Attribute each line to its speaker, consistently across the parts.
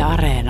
Speaker 1: Areena.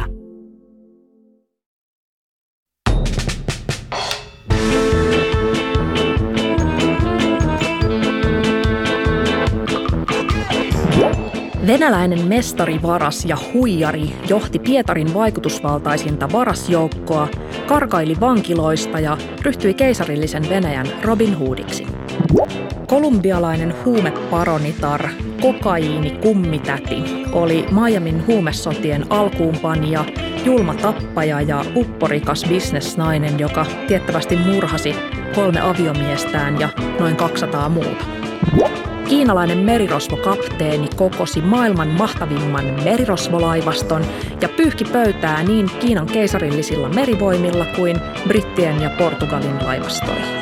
Speaker 2: Venäläinen mestari, varas ja huijari johti Pietarin vaikutusvaltaisinta varasjoukkoa, karkaili vankiloista ja ryhtyi keisarillisen Venäjän Robin Hoodiksi. Kolumbialainen huumeparonitar, kokaiini-kummitäti oli Miamin huumesotien alkuunpanija, julma tappaja ja upporikas bisnesnainen, joka tiettävästi murhasi 3 aviomiestään ja noin 200 muuta. Kiinalainen merirosvokapteeni kokosi maailman mahtavimman merirosvolaivaston ja pyyhki pöytää niin Kiinan keisarillisilla merivoimilla kuin Brittien ja Portugalin laivastoilla.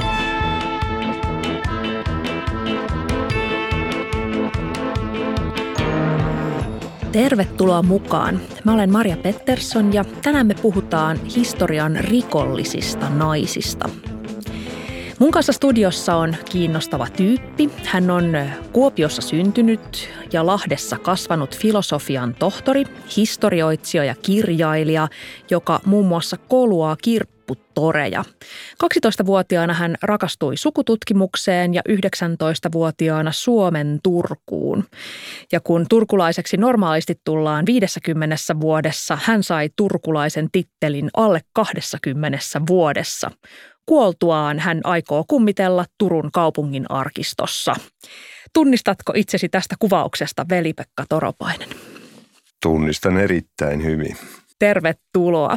Speaker 2: Tervetuloa mukaan. Mä olen Marja Pettersson ja tänään me puhutaan historian rikollisista naisista. Mun kanssa studiossa on kiinnostava tyyppi. Hän on Kuopiossa syntynyt ja Lahdessa kasvanut filosofian tohtori, historioitsija ja kirjailija, joka muun muassa koluaa kirpputoreja. 12-vuotiaana hän rakastui sukututkimukseen ja 19-vuotiaana Suomen Turkuun. Ja kun turkulaiseksi normaalisti tullaan 50 vuodessa, hän sai turkulaisen tittelin alle 20 vuodessa. Kuoltuaan hän aikoo kummitella Turun kaupungin arkistossa. Tunnistatko itsesi tästä kuvauksesta, Veli-Pekka Toropainen?
Speaker 3: Tunnistan erittäin hyvin.
Speaker 2: Tervetuloa.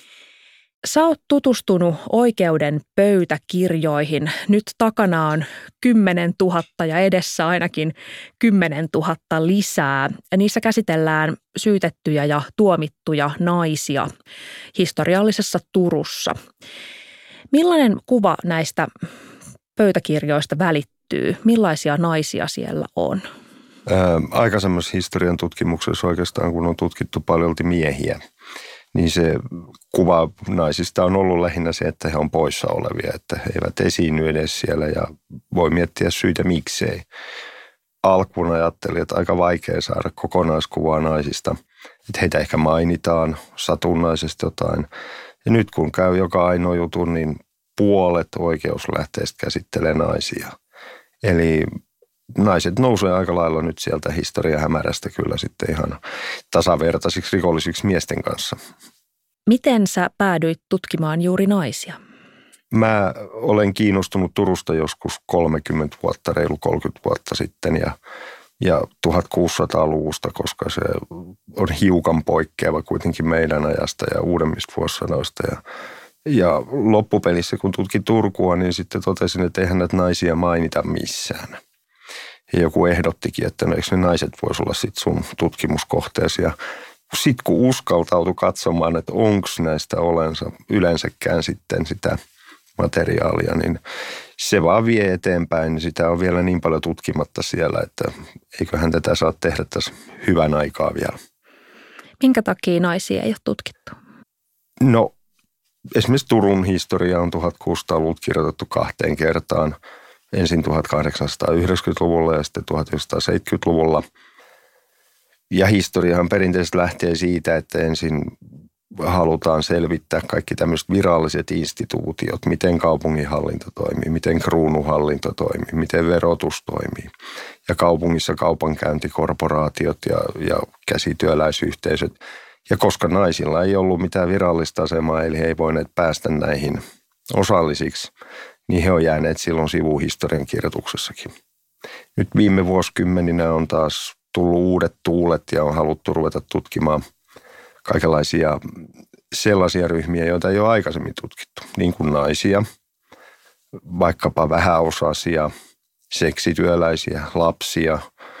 Speaker 2: Sä oot tutustunut oikeuden pöytäkirjoihin. Nyt takana on 10 000 ja edessä ainakin 10 000 lisää. Niissä käsitellään syytettyjä ja tuomittuja naisia historiallisessa Turussa. Millainen kuva näistä pöytäkirjoista välittyy? Millaisia naisia siellä on?
Speaker 3: Aikaisemmassa historian tutkimuksessa oikeastaan, kun on tutkittu paljolti miehiä, niin se kuva naisista on ollut lähinnä se, että he on poissa olevia, että he eivät esiinny edes siellä ja voi miettiä syitä miksei. Alkuun ajattelin, että aika vaikea saada kokonaiskuvaa naisista, että heitä ehkä mainitaan satunnaisesti jotain. Ja nyt kun käy joka ainoa jutun, niin puolet oikeuslähteistä käsittelee naisia. Eli naiset nousee aika lailla nyt sieltä historiahämärästä kyllä sitten ihan tasavertaisiksi rikollisiksi miesten kanssa.
Speaker 2: Miten sä päädyit tutkimaan juuri naisia?
Speaker 3: Mä olen kiinnostunut Turusta joskus 30 vuotta, reilu 30 vuotta sitten ja 1600-luvusta, koska se on hiukan poikkeava kuitenkin meidän ajasta ja uudemmista vuosisanoista. Ja loppupelissä, kun tutkin Turkua, niin sitten totesin, että eihän näitä naisia mainita missään. Ja joku ehdottikin, että no, eikö ne naiset voisi olla sitten sun tutkimuskohteesi. Ja sitten kun uskaltautui katsomaan, että onko näistä olensa yleensäkään sitten sitä materiaalia, niin se vaan vie eteenpäin. Sitä on vielä niin paljon tutkimatta siellä, että eiköhän tätä saa tehdä tässä hyvän aikaa vielä.
Speaker 2: Minkä takia naisia ei ole tutkittu?
Speaker 3: No esimerkiksi Turun historia on 1600-luvulta kirjoitettu 2 kertaan. Ensin 1890-luvulla ja sitten 1970-luvulla. Ja historiahan perinteisesti lähtee siitä, että ensin halutaan selvittää kaikki tämmöiset viralliset instituutiot, miten kaupunginhallinto toimii, miten kruunuhallinto toimii, miten verotus toimii. Ja kaupungissa kaupankäyntikorporaatiot ja käsityöläisyhteisöt. Ja koska naisilla ei ollut mitään virallista asemaa, eli he ei voineet päästä näihin osallisiksi, niin he on jääneet silloin sivuhistorian kirjoituksessakin. Nyt viime vuosikymmeninä on taas tullut uudet tuulet ja on haluttu ruveta tutkimaan kaikenlaisia sellaisia ryhmiä, joita ei ole aikaisemmin tutkittu, niin kuin naisia, vaikkapa vähäosaisia, seksityöläisiä, lapsia,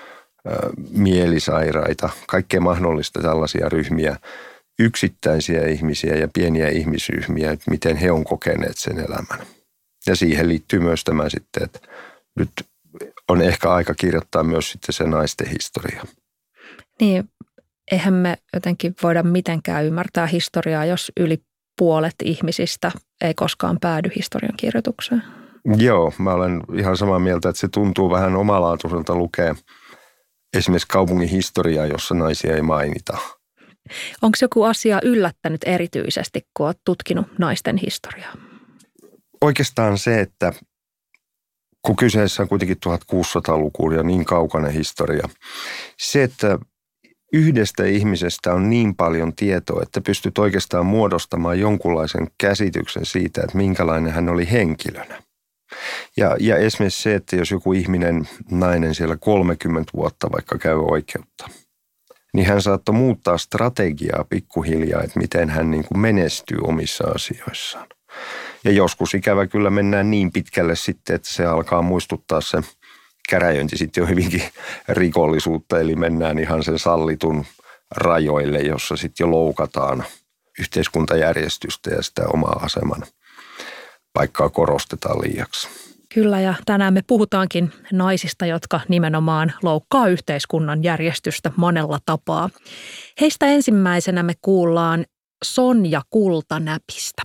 Speaker 3: mielisairaita, kaikkea mahdollista tällaisia ryhmiä, yksittäisiä ihmisiä ja pieniä ihmisryhmiä, että miten he on kokeneet sen elämän. Ja siihen liittyy myös tämä sitten, että nyt on ehkä aika kirjoittaa myös sitten se naisten historia.
Speaker 2: Niin, eihän me jotenkin voida mitenkään ymmärtää historiaa, jos yli puolet ihmisistä ei koskaan päädy historian kirjoitukseen.
Speaker 3: Joo, mä olen ihan samaa mieltä, että se tuntuu vähän omalaatuiselta lukea esimerkiksi kaupungin historiaa, jossa naisia ei mainita.
Speaker 2: Onko joku asia yllättänyt erityisesti, kun olet tutkinut naisten historiaa?
Speaker 3: Oikeastaan se, että kun kyseessä on kuitenkin 1600-luku ja niin kaukainen historia, se, että yhdestä ihmisestä on niin paljon tietoa, että pystyt oikeastaan muodostamaan jonkunlaisen käsityksen siitä, että minkälainen hän oli henkilönä. Ja esimerkiksi se, että jos joku ihminen, nainen siellä 30 vuotta vaikka käy oikeutta, niin hän saattoi muuttaa strategiaa pikkuhiljaa, että miten hän niin kuin menestyy omissa asioissaan. Ja joskus ikävä kyllä mennään niin pitkälle sitten, että se alkaa muistuttaa se käräjöinti sitten jo hyvinkin rikollisuutta, eli mennään ihan sen sallitun rajoille, jossa sitten jo loukataan yhteiskuntajärjestystä ja sitä omaa aseman paikkaa korostetaan liiaksi.
Speaker 2: Kyllä, ja tänään me puhutaankin naisista, jotka nimenomaan loukkaa yhteiskunnan järjestystä monella tapaa. Heistä ensimmäisenä me kuullaan Sonja Kultanäpistä.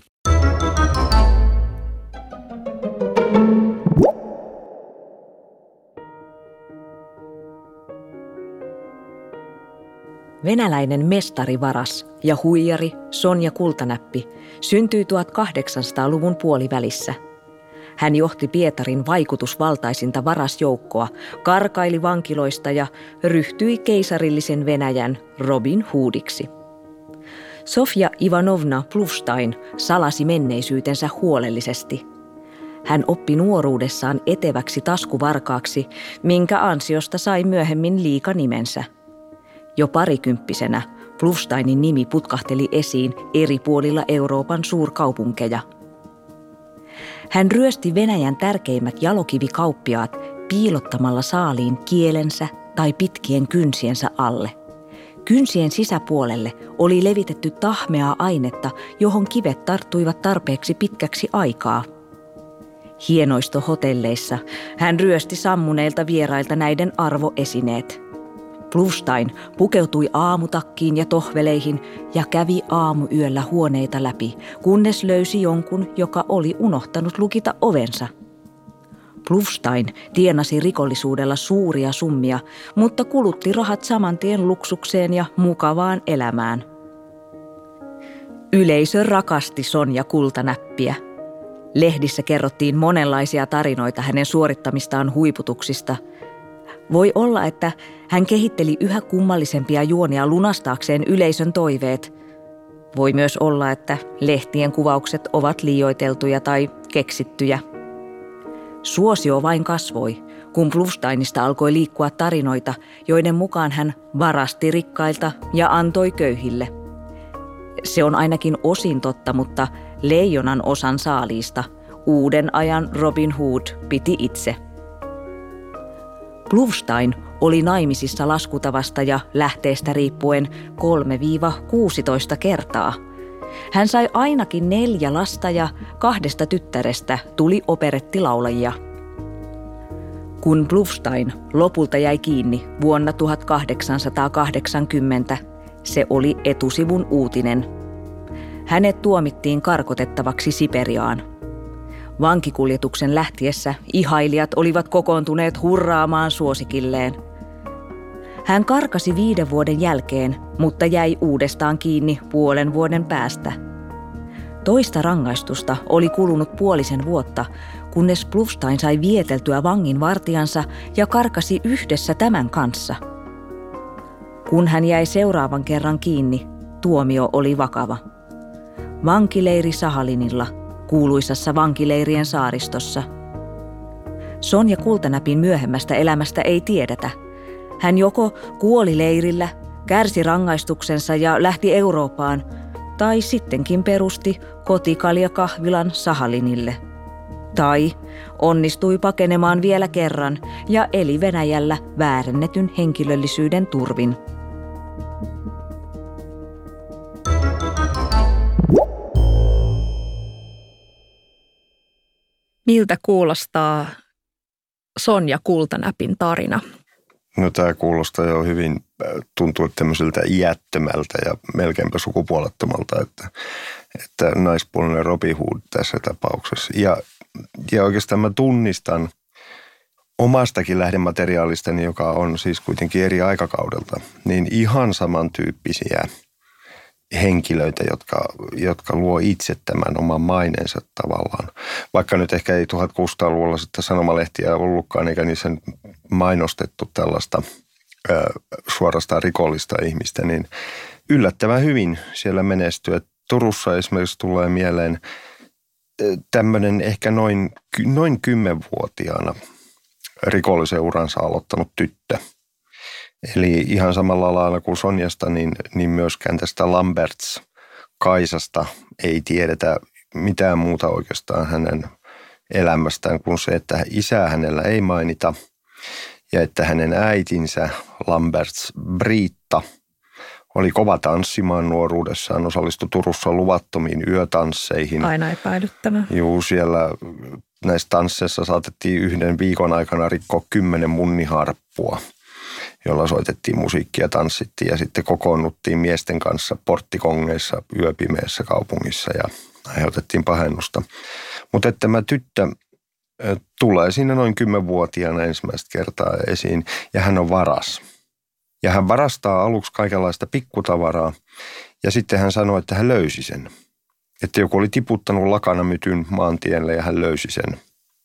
Speaker 1: Venäläinen mestarivaras ja huijari Sonja Kultanäppi syntyi 1800-luvun puolivälissä. Hän johti Pietarin vaikutusvaltaisinta varasjoukkoa, karkaili vankiloista ja ryhtyi keisarillisen Venäjän Robin Hoodiksi. Sofia Ivanovna Plovštain salasi menneisyytensä huolellisesti. Hän oppi nuoruudessaan eteväksi taskuvarkaaksi, minkä ansiosta sai myöhemmin liikanimensä. Jo parikymppisenä Plovštainin nimi putkahteli esiin eri puolilla Euroopan suurkaupunkeja. Hän ryösti Venäjän tärkeimmät jalokivikauppiaat piilottamalla saaliin kielensä tai pitkien kynsiensä alle. Kynsien sisäpuolelle oli levitetty tahmeaa ainetta, johon kivet tarttuivat tarpeeksi pitkäksi aikaa. Hienoistohotelleissa hän ryösti sammuneilta vierailta näiden arvoesineet. Plovštain pukeutui aamutakkiin ja tohveleihin ja kävi aamuyöllä huoneita läpi, kunnes löysi jonkun, joka oli unohtanut lukita ovensa. Plovštain tienasi rikollisuudella suuria summia, mutta kulutti rahat samantien luksukseen ja mukavaan elämään. Yleisö rakasti Sonja Kultanäppiä. Lehdissä kerrottiin monenlaisia tarinoita hänen suorittamistaan huiputuksista. Voi olla, että hän kehitteli yhä kummallisempia juonia lunastaakseen yleisön toiveet. Voi myös olla, että lehtien kuvaukset ovat liioiteltuja tai keksittyjä. Suosio vain kasvoi, kun Plovštainista alkoi liikkua tarinoita, joiden mukaan hän varasti rikkailta ja antoi köyhille. Se on ainakin osin totta, mutta leijonan osan saaliista uuden ajan Robin Hood piti itse. Plovštain oli naimisissa laskutavasta ja lähteestä riippuen 3-16 kertaa. Hän sai ainakin 4 lasta ja 2 tyttärestä tuli operettilaulajia. Kun Plovštain lopulta jäi kiinni vuonna 1880, se oli etusivun uutinen. Hänet tuomittiin karkotettavaksi Siperiaan. Vankikuljetuksen lähtiessä ihailijat olivat kokoontuneet hurraamaan suosikilleen. Hän karkasi 5 vuoden jälkeen, mutta jäi uudestaan kiinni puolen vuoden päästä. Toista rangaistusta oli kulunut 5 vuotta, kunnes Plovštain sai vieteltyä vanginvartijansa ja karkasi yhdessä tämän kanssa. Kun hän jäi seuraavan kerran kiinni, tuomio oli vakava. Vankileiri Sahalinilla, kuuluisassa vankileirien saaristossa. Sonja Kultanäpin myöhemmästä elämästä ei tiedetä. Hän joko kuoli leirillä, kärsi rangaistuksensa ja lähti Eurooppaan, tai sittenkin perusti kotikaljakahvilan Sahalinille. Tai onnistui pakenemaan vielä kerran ja eli Venäjällä väärennetyn henkilöllisyyden turvin.
Speaker 2: Miltä kuulostaa Sonja Kultanäpin tarina?
Speaker 3: No tämä kuulostaa jo hyvin, tuntuu tämmöiseltä iättömältä ja melkeinpä sukupuolettomalta, että naispuolinen Robin Hood tässä tapauksessa. Ja oikeastaan mä tunnistan omastakin lähdemateriaalistani, joka on siis kuitenkin eri aikakaudelta, niin ihan samantyyppisiä henkilöitä, jotka luo itse tämän oman maineensa tavallaan. Vaikka nyt ehkä ei 1600-luvulla sitten sanomalehtiä ollutkaan, eikä niissä mainostettu tällaista suorastaan rikollista ihmistä, niin yllättävän hyvin siellä menestyy. Turussa esimerkiksi tulee mieleen tämmöinen ehkä noin 10-vuotiaana rikollisen uransa aloittanut tyttö. Eli ihan samalla lailla kuin Sonjasta, niin myöskään tästä Lamberts Kaisasta ei tiedetä mitään muuta oikeastaan hänen elämästään kuin se, että isää hänellä ei mainita ja että hänen äitinsä Lamberts Britta oli kova tanssimaan nuoruudessaan, osallistui Turussa luvattomiin yötansseihin.
Speaker 2: Aina epäilyttävää.
Speaker 3: Juu, siellä näissä tansseissa saatettiin yhden viikon aikana rikkoa 10 munniharppua, jolla soitettiin musiikkia ja tanssittiin ja sitten kokoonnuttiin miesten kanssa porttikongeissa yöpimeässä kaupungissa ja aiheutettiin pahennusta. Mutta että tämä tyttö tulee siinä noin 10-vuotiaana ensimmäistä kertaa esiin ja hän on varas. Ja hän varastaa aluksi kaikenlaista pikkutavaraa ja sitten hän sanoi, että hän löysi sen. Että joku oli tiputtanut lakanamytyn maantielle ja hän löysi sen.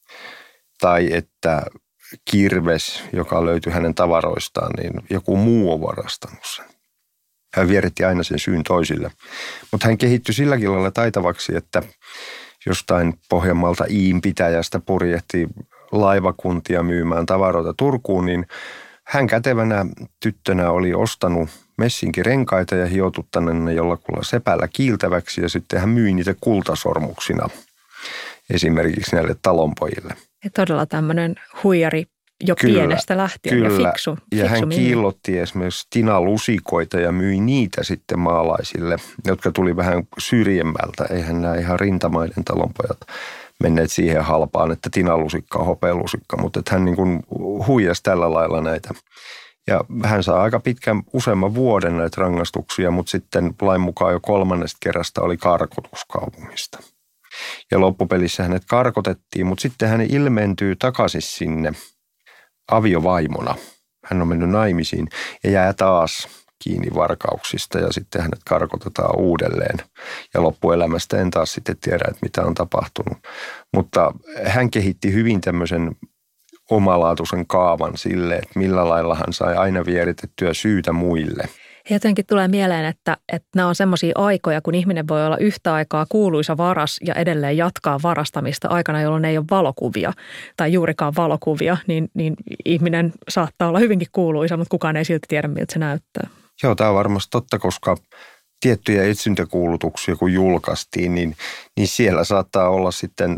Speaker 3: Tai että kirves, joka löytyi hänen tavaroistaan, niin joku muu on varastanut sen. Hän vieritti aina sen syyn toisille. Mutta hän kehittyi silläkin lailla taitavaksi, että jostain Pohjanmaalta Iin pitäjästä purjehti laivakuntia myymään tavaroita Turkuun, niin hän kätevänä tyttönä oli ostanut messinkirenkaita ja hiotuttanut ne jollakulla sepällä kiiltäväksi ja sitten hän myi niitä kultasormuksina esimerkiksi näille talonpojille.
Speaker 2: Ja todella tämmöinen huijari jo pienestä lähtien
Speaker 3: kyllä.
Speaker 2: Ja fiksu
Speaker 3: Ja hän
Speaker 2: mieli.
Speaker 3: kiillotti esimerkiksi tinalusikoita ja myi niitä sitten maalaisille, jotka tuli vähän syrjemmältä. Eihän nämä ihan rintamaiden talonpojat menneet siihen halpaan, että tinalusikka on hopealusikka, mutta että hän niin kuin huijasi tällä lailla näitä. Ja hän saa aika pitkän, useamman vuoden näitä rangaistuksia, mutta sitten lain mukaan jo 3. kerrasta oli karkotus kaupungista. Ja loppupelissä hänet karkotettiin, mutta sitten hän ilmentyy takaisin sinne aviovaimona. Hän on mennyt naimisiin ja jää taas kiinni varkauksista ja sitten hänet karkotetaan uudelleen. Ja loppuelämästä en taas sitten tiedä, että mitä on tapahtunut. Mutta hän kehitti hyvin tämmöisen omalaatuisen kaavan sille, että millä lailla hän sai aina vieritettyä syytä muille.
Speaker 2: Jotenkin tulee mieleen, että nämä on semmoisia aikoja, kun ihminen voi olla yhtä aikaa kuuluisa varas ja edelleen jatkaa varastamista aikana, jolloin ei ole valokuvia tai juurikaan valokuvia, niin ihminen saattaa olla hyvinkin kuuluisa, mutta kukaan ei silti tiedä, miltä se näyttää.
Speaker 3: Joo, tämä on varmasti totta, koska tiettyjä etsintäkuulutuksia kun julkaistiin, niin siellä saattaa olla sitten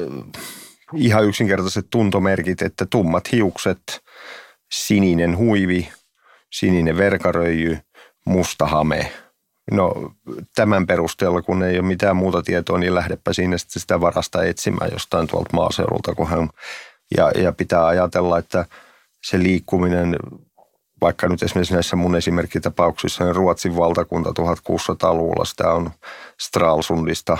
Speaker 3: ihan yksinkertaiset tuntomerkit, että tummat hiukset, sininen huivi, sininen verkaröijy, musta hame. No tämän perusteella, kun ei ole mitään muuta tietoa, niin lähdepä siinä sitten sitä varasta etsimään jostain tuolta maaseudulta. Ja pitää ajatella, että se liikkuminen, vaikka nyt esimerkiksi näissä mun esimerkkitapauksissa, niin Ruotsin valtakunta 1600-luvulla, sitä on Stralsundista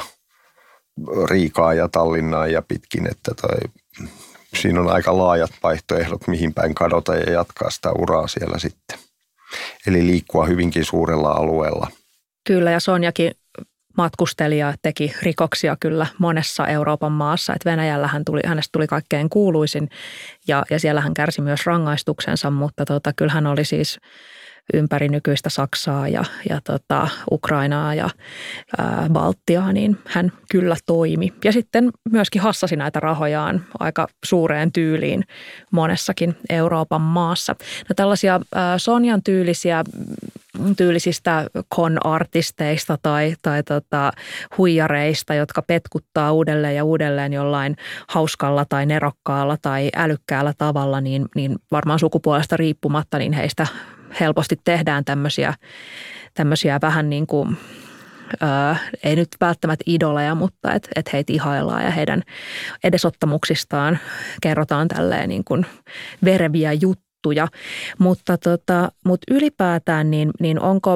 Speaker 3: Riikaa ja Tallinnaa ja pitkin, että siinä on aika laajat vaihtoehdot, mihin päin kadota ja jatkaa sitä uraa siellä sitten. Eli liikkua hyvinkin suurella alueella.
Speaker 2: Kyllä, ja Sonjakin matkusteli ja teki rikoksia kyllä monessa Euroopan maassa. Että Venäjällä hänestä tuli kaikkein kuuluisin ja siellä hän kärsi myös rangaistuksensa, mutta kyllä hän oli siis ympäri nykyistä Saksaa ja Ukrainaa ja Baltiaa, niin hän kyllä toimi. Ja sitten myöskin hassasi näitä rahojaan aika suureen tyyliin monessakin Euroopan maassa. No tällaisia Sonjan tyylisistä con-artisteista tai huijareista, jotka petkuttaa uudelleen ja uudelleen jollain hauskalla tai nerokkaalla tai älykkäällä tavalla, niin varmaan sukupuolesta riippumatta, niin heistä helposti tehdään tämmöisiä vähän niin kuin, ei nyt välttämättä idoleja, mutta et heitä ihaillaan ja heidän edesottamuksistaan kerrotaan tälleen niin kuin vereviä juttuja. Mutta ylipäätään, niin onko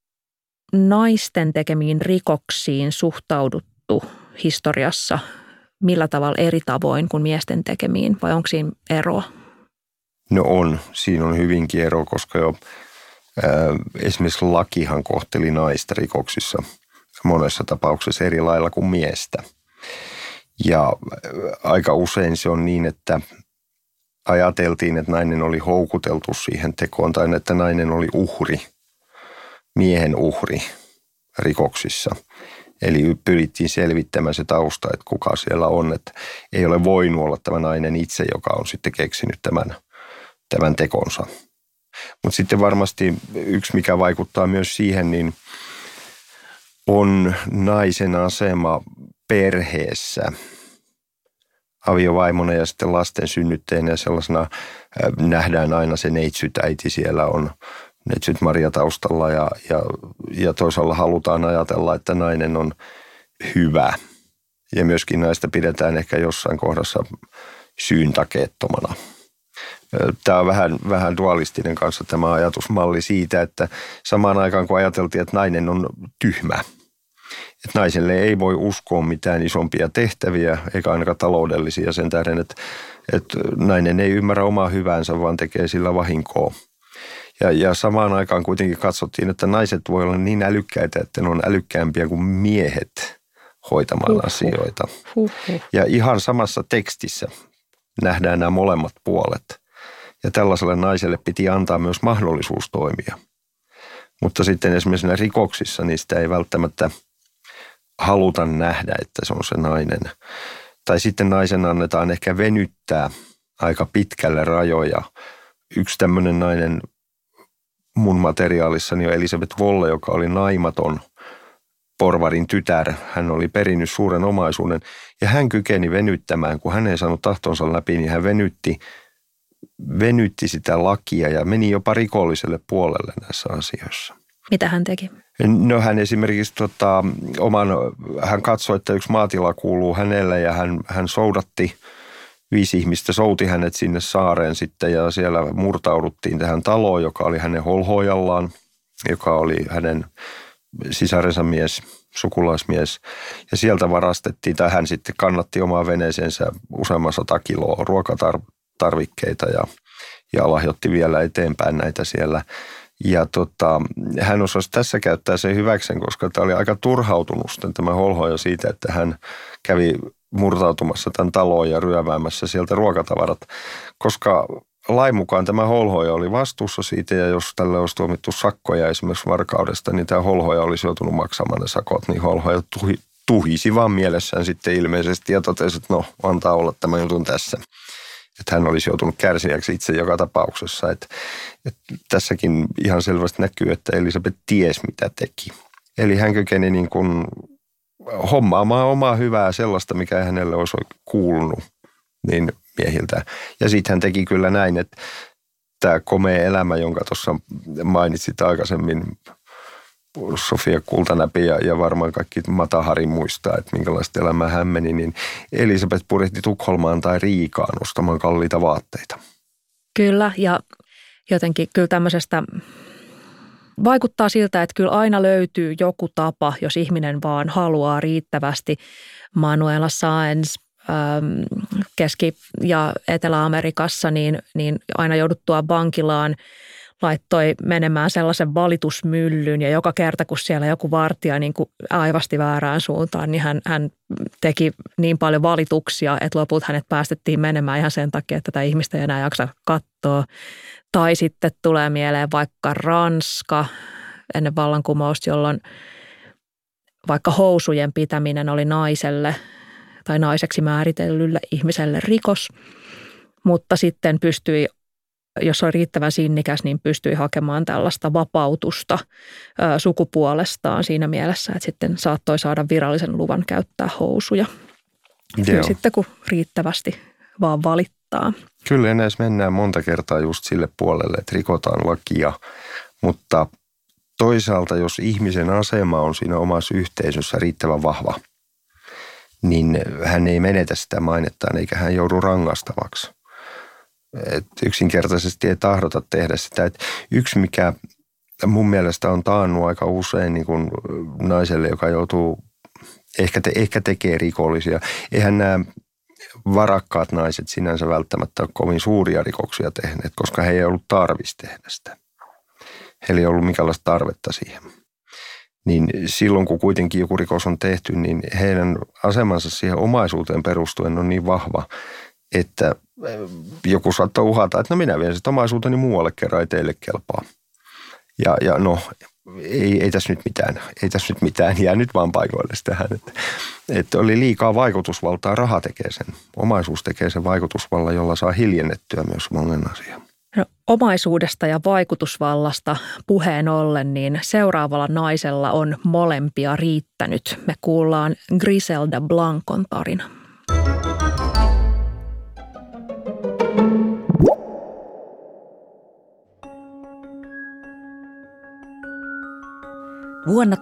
Speaker 2: naisten tekemiin rikoksiin suhtauduttu historiassa millä tavalla eri tavoin kuin miesten tekemiin vai onko siinä eroa?
Speaker 3: No on. Siinä on hyvinkin ero, koska jo Esimerkiksi lakihan kohteli naista rikoksissa monessa tapauksessa eri lailla kuin miestä. Ja aika usein se on niin, että ajateltiin, että nainen oli houkuteltu siihen tekoon tai että nainen oli uhri, miehen uhri rikoksissa. Eli pyrittiin selvittämään se tausta, että kuka siellä on. Että ei ole voinut olla tämä nainen itse, joka on sitten keksinyt tämän tekonsa. Mutta sitten varmasti yksi, mikä vaikuttaa myös siihen, niin on naisen asema perheessä aviovaimona ja sitten lasten synnytteenä ja sellaisena nähdään aina se neitsytäiti siellä on neitsyt Maria taustalla ja toisaalta halutaan ajatella, että nainen on hyvä ja myöskin naista pidetään ehkä jossain kohdassa syyntakeettomana. Tämä on vähän dualistinen kanssa tämä ajatusmalli siitä, että samaan aikaan kun ajateltiin, että nainen on tyhmä, että naiselle ei voi uskoa mitään isompia tehtäviä eikä ainakaan taloudellisia sen tähden, että nainen ei ymmärrä omaa hyväänsä, vaan tekee sillä vahinkoa. Ja samaan aikaan kuitenkin katsottiin, että naiset voi olla niin älykkäitä, että ne on älykkäämpiä kuin miehet hoitamaan asioita. Ja ihan samassa tekstissä nähdään nämä molemmat puolet. Ja tällaiselle naiselle piti antaa myös mahdollisuus toimia. Mutta sitten esimerkiksi näissä rikoksissa niistä ei välttämättä haluta nähdä, että se on se nainen. Tai sitten naisen annetaan ehkä venyttää aika pitkälle rajoja. Yksi tämmöinen nainen mun materiaalissani on Elisabeth Wolle, joka oli naimaton porvarin tytär. Hän oli perinnyt suuren omaisuuden ja hän kykeni venyttämään. Kun hän ei saanut tahtonsa läpi, niin hän venytti sitä lakia ja meni jopa rikolliselle puolelle näissä asioissa.
Speaker 2: Mitä hän teki?
Speaker 3: No hän esimerkiksi hän katsoi, että yksi maatila kuuluu hänelle ja hän soudatti 5 ihmistä, souti hänet sinne saareen sitten ja siellä murtauduttiin tähän taloon, joka oli hänen holhoajallaan, joka oli hänen sisarensa mies, sukulaismies. Ja sieltä varastettiin, tai hän sitten kannatti omaa veneeseensä useamman 100 kiloa ruokatarvikkeita ja lahjoitti vielä eteenpäin näitä siellä. Ja hän osasi tässä käyttää sen hyväksen, koska tämä oli aika turhautunut sitten tämä holhoaja siitä, että hän kävi murtautumassa tämän taloon ja ryöväämässä sieltä ruokatavarat, koska lain mukaan tämä holhoaja oli vastuussa siitä ja jos tälle olisi tuomittu sakkoja esimerkiksi varkaudesta, niin tämä holhoaja olisi joutunut maksamaan ne sakot, niin holhoaja tuhisi vaan mielessään sitten ilmeisesti ja totesi, että no antaa olla tämä jutun tässä. Että hän olisi joutunut kärsijäksi itse joka tapauksessa. Että tässäkin ihan selvästi näkyy, että Elisabeth tiesi mitä teki. Eli hän kykeni niin kuin hommaamaan omaa hyvää sellaista, mikä ei hänelle olisi kuulunut niin miehiltä. Ja sitten hän teki kyllä näin, että tämä komea elämä, jonka tuossa mainitsit aikaisemmin, Sofia Kultanäpi ja varmaan kaikki Matahari muistaa, että minkälaista elämää hän meni, niin Elisabeth purjehti Tukholmaan tai Riikaan ostamaan kalliita vaatteita.
Speaker 2: Kyllä, ja jotenkin kyllä tämmöisestä vaikuttaa siltä, että kyllä aina löytyy joku tapa, jos ihminen vaan haluaa riittävästi. Manuela Sáenz Keski- ja Etelä-Amerikassa, niin aina jouduttua vankilaan laittoi menemään sellaisen valitusmyllyn ja joka kerta, kun siellä joku vartija niin kuin aivasti väärään suuntaan, niin hän teki niin paljon valituksia, että lopulta hänet päästettiin menemään ihan sen takia, että tätä ihmistä ei enää jaksa katsoa. Tai sitten tulee mieleen vaikka Ranska ennen vallankumousta, jolloin vaikka housujen pitäminen oli naiselle tai naiseksi määritellylle ihmiselle rikos, mutta sitten pystyi, jos oli riittävän sinnikäs, niin pystyi hakemaan tällaista vapautusta sukupuolestaan siinä mielessä, että sitten saattoi saada virallisen luvan käyttää housuja. Kyllä sitten kun riittävästi vaan valittaa.
Speaker 3: Kyllä näissä mennään monta kertaa just sille puolelle, että rikotaan lakia, mutta toisaalta jos ihmisen asema on siinä omassa yhteisössä riittävän vahva, niin hän ei menetä sitä mainettaan eikä hän joudu rangaistavaksi. Et yksinkertaisesti ei tahdota tehdä sitä. Et yksi, mikä mun mielestä on taannut aika usein niin kun naiselle, joka joutuu, ehkä tekee rikollisia. Eihän nämä varakkaat naiset sinänsä välttämättä ole kovin suuria rikoksia tehneet, koska he ei ollut tarvis tehdä sitä. heillä ei ollut minkäänlaista tarvetta siihen. Niin silloin, kun kuitenkin joku rikos on tehty, niin heidän asemansa siihen omaisuuteen perustuen on niin vahva, että joku saattaa uhata, että no minä vien sitä omaisuuteni muualle kerran, ei teille kelpaa. Ja no, ei tässä nyt mitään, jää nyt vaan paikoille tähän. Että oli liikaa vaikutusvaltaa, raha tekee sen, omaisuus tekee sen vaikutusvallan, jolla saa hiljennettyä myös monen asian.
Speaker 2: No, omaisuudesta ja vaikutusvallasta puheen ollen, niin seuraavalla naisella on molempia riittänyt. Me kuullaan Griselda Blancon tarina.
Speaker 1: Vuonna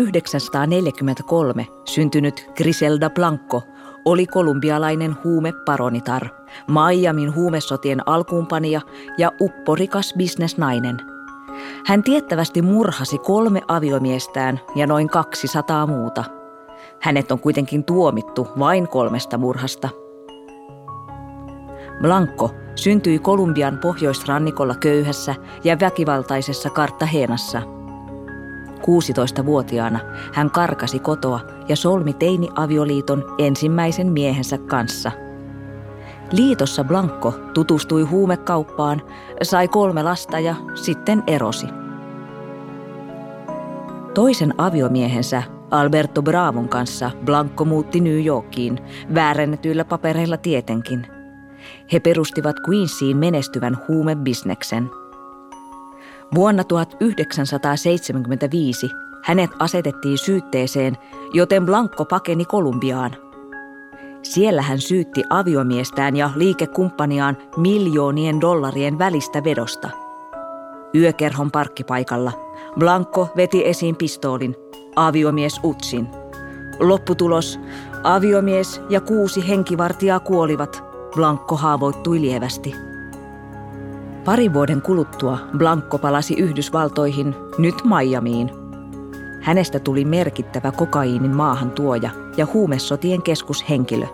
Speaker 1: 1943 syntynyt Griselda Blanco oli kolumbialainen huumeparonitar, Miamin huumesotien alkuunpanija ja upporikas bisnesnainen. Hän tiettävästi murhasi 3 aviomiestään ja noin 200 muuta. Hänet on kuitenkin tuomittu vain 3 murhasta. Blanco syntyi Kolumbian pohjoisrannikolla köyhässä ja väkivaltaisessa Cartagenassa. 16-vuotiaana hän karkasi kotoa ja solmi teini-avioliiton ensimmäisen miehensä kanssa. Liitossa Blanco tutustui huumekauppaan, sai 3 lasta ja sitten erosi. Toisen aviomiehensä Alberto Bravon kanssa Blanco muutti New Yorkiin, väärennetyillä papereilla tietenkin. He perustivat Queensiin menestyvän huumebisneksen. Vuonna 1975 hänet asetettiin syytteeseen, joten Blanco pakeni Kolumbiaan. Siellä hän syytti aviomiestään ja liikekumppaniaan miljoonien dollarien välistä vedosta. Yökerhon parkkipaikalla Blanco veti esiin pistoolin, aviomies utsin. Lopputulos, aviomies ja 6 henkivartijaa kuolivat, Blanco haavoittui lievästi. 2 vuoden kuluttua Blanco palasi Yhdysvaltoihin, nyt Miamiin. Hänestä tuli merkittävä kokaiinin maahantuoja ja huumesotien keskushenkilö.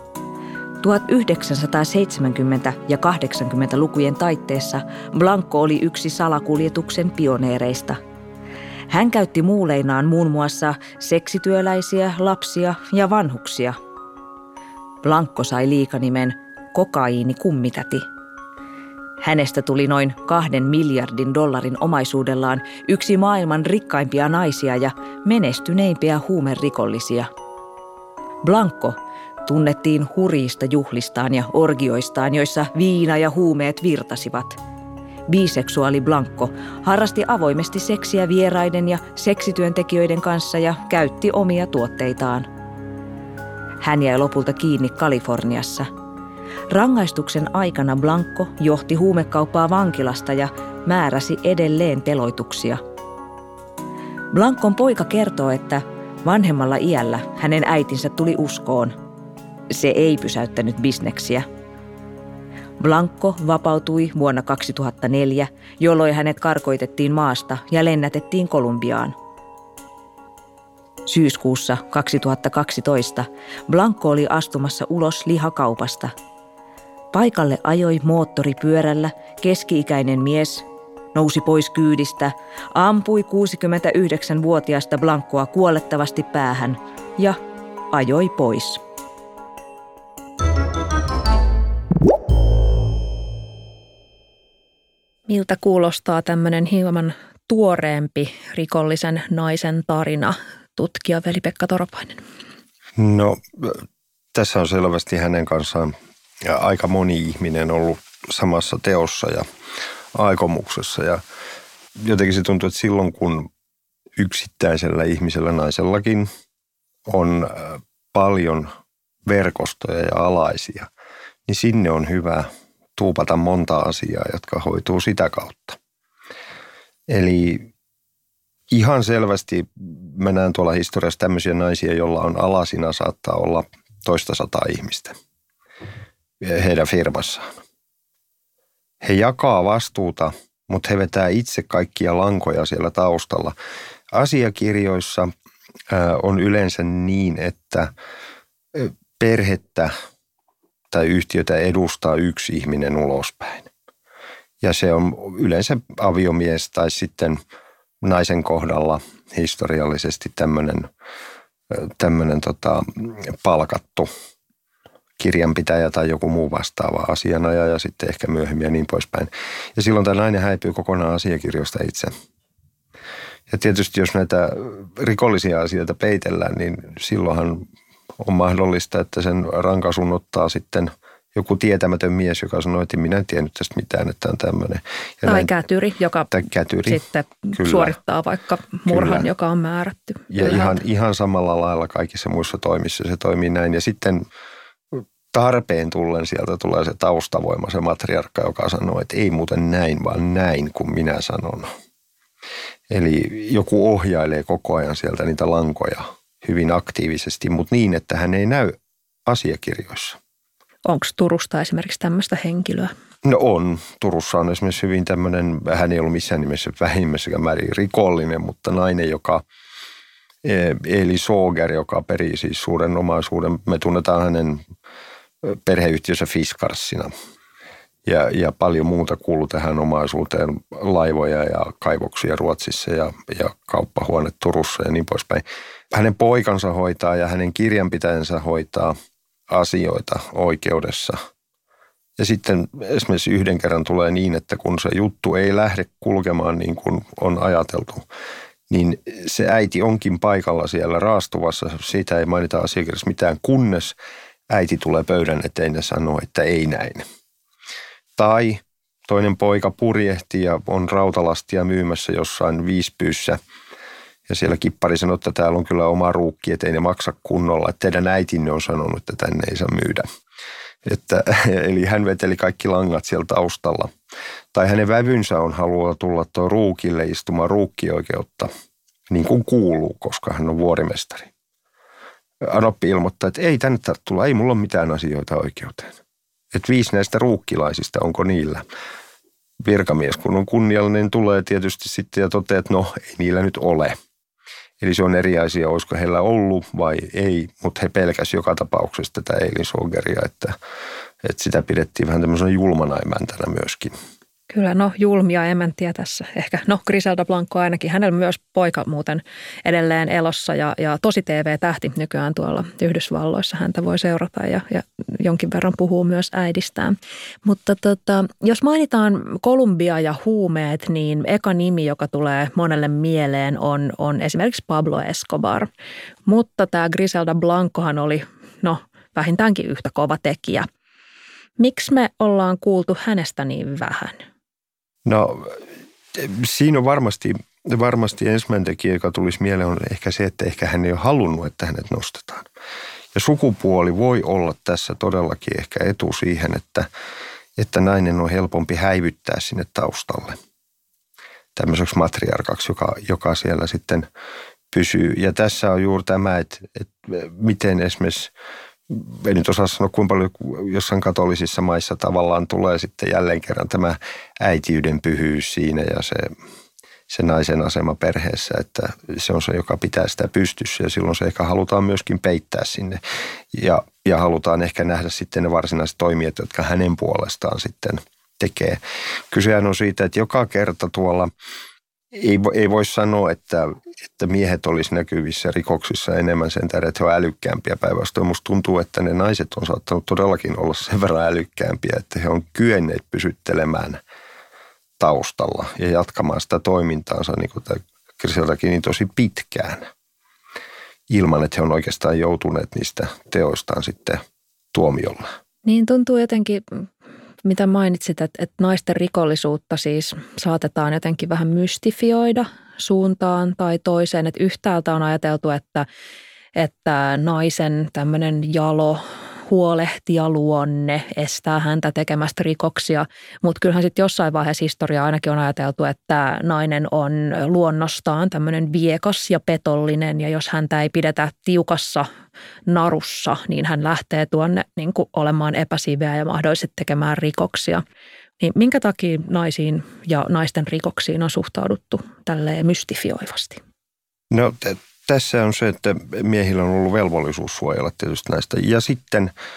Speaker 1: 1970- ja 80-lukujen taitteessa Blanco oli yksi salakuljetuksen pioneereista. Hän käytti muuleinaan muun muassa seksityöläisiä, lapsia ja vanhuksia. Blanco sai liikanimen kokaiinikummitäti. Hänestä tuli noin 2 miljardin dollarin omaisuudellaan yksi maailman rikkaimpia naisia ja menestyneimpiä huumerikollisia. Blanco tunnettiin hurjista juhlistaan ja orgioistaan, joissa viina ja huumeet virtasivat. Biseksuaali Blanco harrasti avoimesti seksiä vieraiden ja seksityöntekijöiden kanssa ja käytti omia tuotteitaan. Hän jäi lopulta kiinni Kaliforniassa. Rangaistuksen aikana Blanco johti huumekauppaa vankilasta ja määräsi edelleen teloituksia. Blancon poika kertoo, että vanhemmalla iällä hänen äitinsä tuli uskoon. Se ei pysäyttänyt bisneksiä. Blanco vapautui vuonna 2004, jolloin hänet karkoitettiin maasta ja lennätettiin Kolumbiaan. Syyskuussa 2012 Blanco oli astumassa ulos lihakaupasta. Paikalle ajoi moottoripyörällä keski-ikäinen mies, nousi pois kyydistä, ampui 69-vuotiaasta Blancoa kuolettavasti päähän ja ajoi pois.
Speaker 2: Miltä kuulostaa tämmöinen hieman tuoreempi rikollisen naisen tarina, tutkija Veli-Pekka Toropainen?
Speaker 3: No, tässä on selvästi hänen kanssaan aika moni ihminen ollut samassa teossa ja aikomuksessa. Ja jotenkin se tuntuu, että silloin kun yksittäisellä ihmisellä, naisellakin, on paljon verkostoja ja alaisia, niin sinne on hyvä tuupata monta asiaa, jotka hoituu sitä kautta. Eli ihan selvästi mä näen tuolla historiassa tämmöisiä naisia, joilla on alasina saattaa olla 200 ihmistä heidän firmassaan. He jakaa vastuuta, mutta he vetää itse kaikkia lankoja siellä taustalla. Asiakirjoissa on yleensä niin, että perhettä tai yhtiötä edustaa yksi ihminen ulospäin. Ja se on yleensä aviomies tai sitten naisen kohdalla historiallisesti tämmöinen palkattu kirjanpitäjä tai joku muu vastaava asianajaja ja sitten ehkä myöhemmin ja niin poispäin. Ja silloin tämä nainen häipyy kokonaan asiakirjoista itse. Ja tietysti jos näitä rikollisia asioita peitellään, niin silloinhan on mahdollista, että sen rankaisun ottaa sitten joku tietämätön mies, joka sanoo, että minä en tiennyt tästä mitään, että on tämmöinen. Ja
Speaker 2: tai kätyri, joka sitten kyllä suorittaa vaikka murhan, kyllä, joka on määrätty.
Speaker 3: Ja ihan samalla lailla kaikissa muissa toimissa se toimii näin. Ja sitten tarpeen tullen sieltä tulee se taustavoima, se matriarkka, joka sanoo, että ei muuten näin, vaan näin, kun minä sanon. Eli joku ohjailee koko ajan sieltä niitä lankoja hyvin aktiivisesti, mutta niin, että hän ei näy asiakirjoissa.
Speaker 2: Onko Turusta esimerkiksi tämmöistä henkilöä?
Speaker 3: No on. Turussa on esimerkiksi hyvin tämmöinen, hän ei ollut missään nimessä vähimmässäkään määrin rikollinen, mutta nainen, Eli Soger, joka perii siis suuren omaisuuden. Me tunnetaan hänen perheyhtiönsä Fiskarsina. Ja paljon muuta kuuluu tähän omaisuuteen, laivoja ja kaivoksia Ruotsissa ja kauppahuone Turussa ja niin poispäin. Hänen poikansa hoitaa ja hänen kirjanpitäjänsä hoitaa asioita oikeudessa. Ja sitten esimerkiksi yhden kerran tulee niin, että kun se juttu ei lähde kulkemaan niin kuin on ajateltu, niin se äiti onkin paikalla siellä raastuvassa. Siitä ei mainita asiakirjassa mitään, kunnes äiti tulee pöydän eteen ja sanoo, että ei näin. Tai toinen poika purjehti ja on rautalastia myymässä jossain Viispyyssä. Ja siellä kippari sanoi, että täällä on kyllä oma ruukki, ettei ne maksa kunnolla. Että teidän äitinne on sanonut, että tänne ei saa myydä. Eli hän veteli kaikki langat siellä taustalla. Tai hänen vävynsä on haluaa tulla tuo ruukille istumaan ruukkioikeutta, niin kuin kuuluu, koska hän on vuorimestari. Anoppi ilmoittaa, että ei tänne tarvitse tulla, ei mulla ole mitään asioita oikeuteen. Että 5 näistä ruukkilaisista, onko niillä? Virkamies, kun on kunniallinen, tulee tietysti sitten ja toteaa, että no ei niillä nyt ole. Eli se on eri asia, olisiko heillä ollut vai ei, mutta he pelkäsivät joka tapauksessa tätä Elin Sogeria, että sitä pidettiin vähän tämmöisenä julmana emäntänä myöskin.
Speaker 2: Kyllä, no julmia emäntiä tässä. Ehkä, Griselda Blanco ainakin. Hänellä myös poika muuten edelleen elossa ja tosi TV-tähti nykyään tuolla Yhdysvalloissa. Häntä voi seurata ja jonkin verran puhuu myös äidistään. Mutta jos mainitaan Kolumbia ja huumeet, niin eka nimi, joka tulee monelle mieleen, on esimerkiksi Pablo Escobar. Mutta tämä Griselda Blancohan oli vähintäänkin yhtä kova tekijä. Miksi me ollaan kuultu hänestä niin vähän?
Speaker 3: No siinä on varmasti ensimmäinen tekijä, joka tulisi mieleen, on ehkä se, että ehkä hän ei ole halunnut, että hänet nostetaan. Ja sukupuoli voi olla tässä todellakin ehkä etu siihen, että nainen on helpompi häivyttää sinne taustalle. Tämmöiseksi matriarkaksi, joka siellä sitten pysyy. Ja tässä on juuri tämä, että miten esimerkiksi, en nyt osaa sanoa kuinka paljon jossain katolisissa maissa tavallaan tulee sitten jälleen kerran tämä äitiyden pyhyys siinä ja se naisen asema perheessä, että se on se, joka pitää sitä pystyssä ja silloin se ehkä halutaan myöskin peittää sinne ja halutaan ehkä nähdä sitten ne varsinaiset toimijat, jotka hänen puolestaan sitten tekee. Kysehän on siitä, että joka kerta tuolla ei voi sanoa, että miehet olisi näkyvissä rikoksissa enemmän sen tähden, että he ovat älykkäämpiä päinvastoin. Musta tuntuu, että ne naiset on saattanut todellakin olla sen verran älykkäämpiä, että he on kyenneet pysyttelemään taustalla ja jatkamaan sitä toimintaansa, niin kuin tämä Griseldakin, niin tosi pitkään, ilman että he on oikeastaan joutuneet niistä teoistaan sitten tuomiolle.
Speaker 2: Niin tuntuu jotenkin, mitä mainitsit, että naisten rikollisuutta siis saatetaan jotenkin vähän mystifioida suuntaan tai toiseen. Että yhtäältä on ajateltu, että naisen tämmöinen jalo, huolehtija luonne estää häntä tekemästä rikoksia. Mutta kyllähän sitten jossain vaiheessa historiaa ainakin on ajateltu, että nainen on luonnostaan tämmöinen viekas ja petollinen. Ja jos häntä ei pidetä tiukassa narussa, niin hän lähtee tuonne niin kuin olemaan epäsiveä ja mahdollisesti tekemään rikoksia. Niin minkä takia naisiin ja naisten rikoksiin on suhtauduttu tälleen mystifioivasti?
Speaker 3: No tässä on se, että miehillä on ollut velvollisuus suojella tietysti näistä. Ja sitten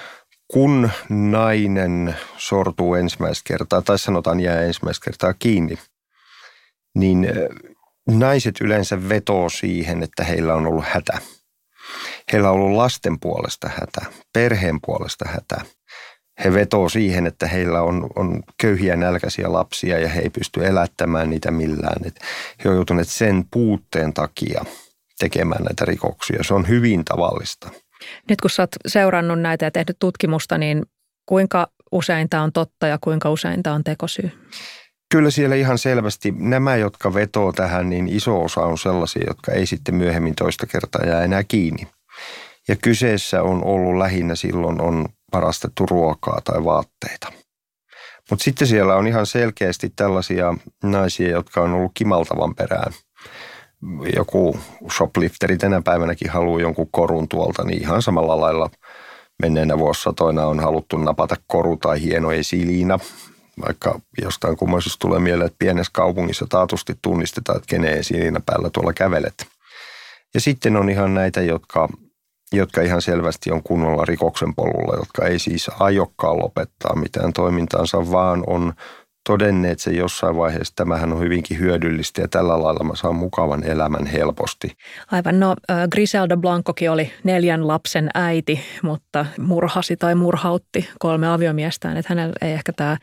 Speaker 3: kun nainen sortuu ensimmäistä kertaa, tai sanotaan jää ensimmäistä kertaa kiinni, niin naiset yleensä vetoo siihen, että heillä on ollut hätä. Heillä on ollut lasten puolesta hätä, perheen puolesta hätä. He vetoo siihen, että heillä on köyhiä nälkäisiä lapsia ja he ei pysty elättämään niitä millään. Et he on joutuneet sen puutteen takia tekemään näitä rikoksia. Se on hyvin tavallista.
Speaker 2: Nyt kun sä oot seurannut näitä ja tehnyt tutkimusta, niin kuinka usein tämä on totta ja kuinka usein tämä on tekosyy?
Speaker 3: Kyllä siellä ihan selvästi nämä, jotka vetoo tähän, niin iso osa on sellaisia, jotka ei sitten myöhemmin toista kertaa jää enää kiinni. Ja kyseessä on ollut lähinnä silloin on varastettu ruokaa tai vaatteita. Mutta sitten siellä on ihan selkeästi tällaisia naisia, jotka on ollut kimaltavan perään. Joku shoplifteri tänä päivänäkin haluaa jonkun korun tuolta, niin ihan samalla lailla menneenä vuosisatoina on haluttu napata koru tai hieno esiliina. Vaikka jostain kummallisuus tulee mieleen, että pienessä kaupungissa taatusti tunnistetaan, että kenen esiliina päällä tuolla kävelet. Ja sitten on ihan näitä, jotka ihan selvästi on kunnolla rikoksen polulla, jotka ei siis aiokkaan lopettaa mitään toimintaansa, vaan on todenneet sen jossain vaiheessa, tämähän on hyvinkin hyödyllistä ja tällä lailla mä saan mukavan elämän helposti.
Speaker 2: Aivan, no Griselda Blancokin oli 4 lapsen äiti, mutta murhasi tai murhautti 3 aviomiestään, että hänellä ei ehkä tämä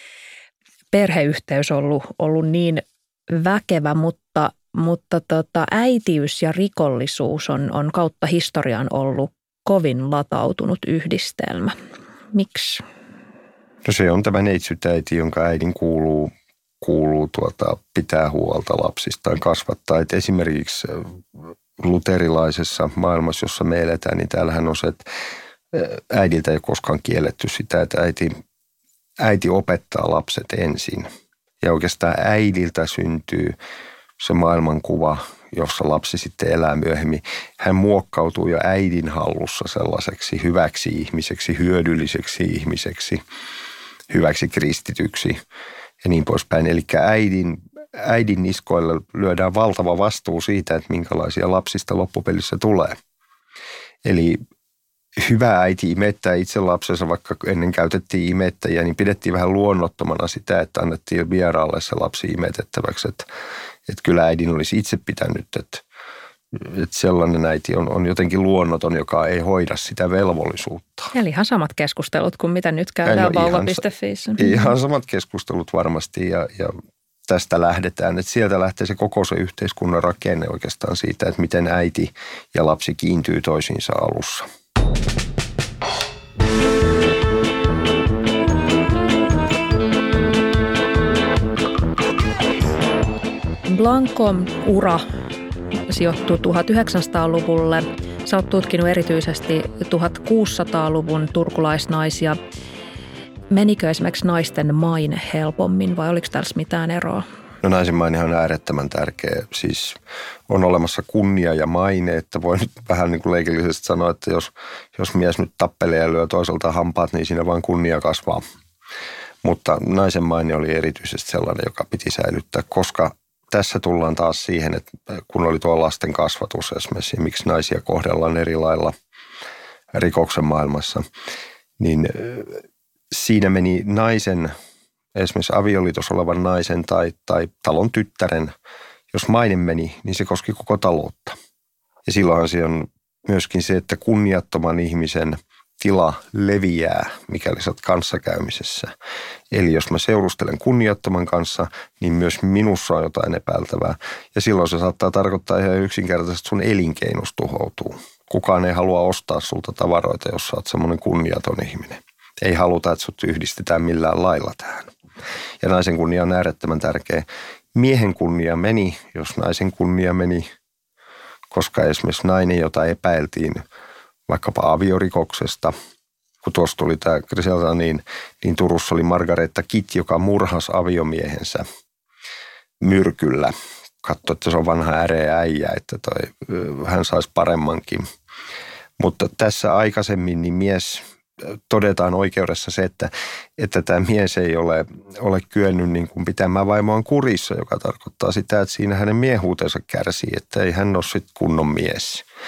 Speaker 2: perheyhteys ollut niin väkevä, mutta äitiys ja rikollisuus on kautta historian ollut kovin latautunut yhdistelmä. Miksi?
Speaker 3: No se on tämä neitsytäiti, jonka äidin kuuluu pitää huolta lapsistaan, kasvattaa. Et esimerkiksi luterilaisessa maailmassa, jossa me eletään, niin täällähän on se, että äidiltä ei ole koskaan kielletty sitä, että äiti opettaa lapset ensin. Ja oikeastaan äidiltä syntyy se maailmankuva, jossa lapsi sitten elää myöhemmin. Hän muokkautuu jo äidin hallussa sellaiseksi hyväksi ihmiseksi, hyödylliseksi ihmiseksi, hyväksi kristityksi ja niin poispäin. Eli äidin niskoille lyödään valtava vastuu siitä, että minkälaisia lapsista loppupelissä tulee. Eli hyvä äiti imettää itse lapsensa, vaikka ennen käytettiin imettäjiä, niin pidettiin vähän luonnottomana sitä, että annettiin vieraalle se lapsi imetettäväksi. Että kyllä äidin olisi itse pitänyt, että sellainen äiti on jotenkin luonnoton, joka ei hoida sitä velvollisuutta.
Speaker 2: Eli ihan samat keskustelut kuin mitä nyt käydään vauva.fiissä.
Speaker 3: Ihan samat keskustelut varmasti ja tästä lähdetään. Että sieltä lähtee se koko se yhteiskunnan rakenne oikeastaan siitä, että miten äiti ja lapsi kiintyy toisiinsa alussa.
Speaker 2: Blancon ura sijoittuu 1900-luvulle. Sä oot tutkinut erityisesti 1600-luvun turkulaisnaisia. Menikö esimerkiksi naisten maine helpommin vai oliko tässä mitään eroa?
Speaker 3: No naisen maine on äärettömän tärkeä. Siis on olemassa kunnia ja maine, että voi nyt vähän niin kuin leikillisesti sanoa, että jos mies nyt tappelee ja lyö toiselta hampaat, niin siinä vaan kunnia kasvaa. Mutta naisen maine oli erityisesti sellainen, joka piti säilyttää, koska tässä tullaan taas siihen, että kun oli tuo lasten kasvatus esimerkiksi, miksi naisia kohdellaan eri lailla rikoksen maailmassa, niin siinä meni naisen, esimerkiksi avioliitossa olevan naisen tai talon tyttären, jos maine meni, niin se koski koko taloutta. Ja silloinhan se on myöskin se, että kunniattoman ihmisen tila leviää, mikäli sä oot kanssakäymisessä. Eli jos mä seurustelen kunniattoman kanssa, niin myös minussa on jotain epäiltävää. Ja silloin se saattaa tarkoittaa ihan yksinkertaisesti, että sun elinkeinos tuhoutuu. Kukaan ei halua ostaa sulta tavaroita, jos sä oot semmoinen kunniaton ihminen. Ei haluta, että sut yhdistetään millään lailla tähän. Ja naisen kunnia on äärettömän tärkeä. Miehen kunnia meni, jos naisen kunnia meni, koska esimerkiksi nainen, jota epäiltiin vaikkapa aviorikoksesta, kun tuossa tuli tämä Griselda, niin Turussa oli Margareta Kitt, joka murhasi aviomiehensä myrkyllä. Katsoi, että se on vanha äreä äijä, että hän saisi paremmankin. Mutta tässä aikaisemmin niin mies, todetaan oikeudessa se, että tämä mies ei ole kyennyt niin kuin pitämään vaimoaan kurissa, joka tarkoittaa sitä, että siinä hänen miehuutensa kärsii, että ei hän ole sitten kunnon mies.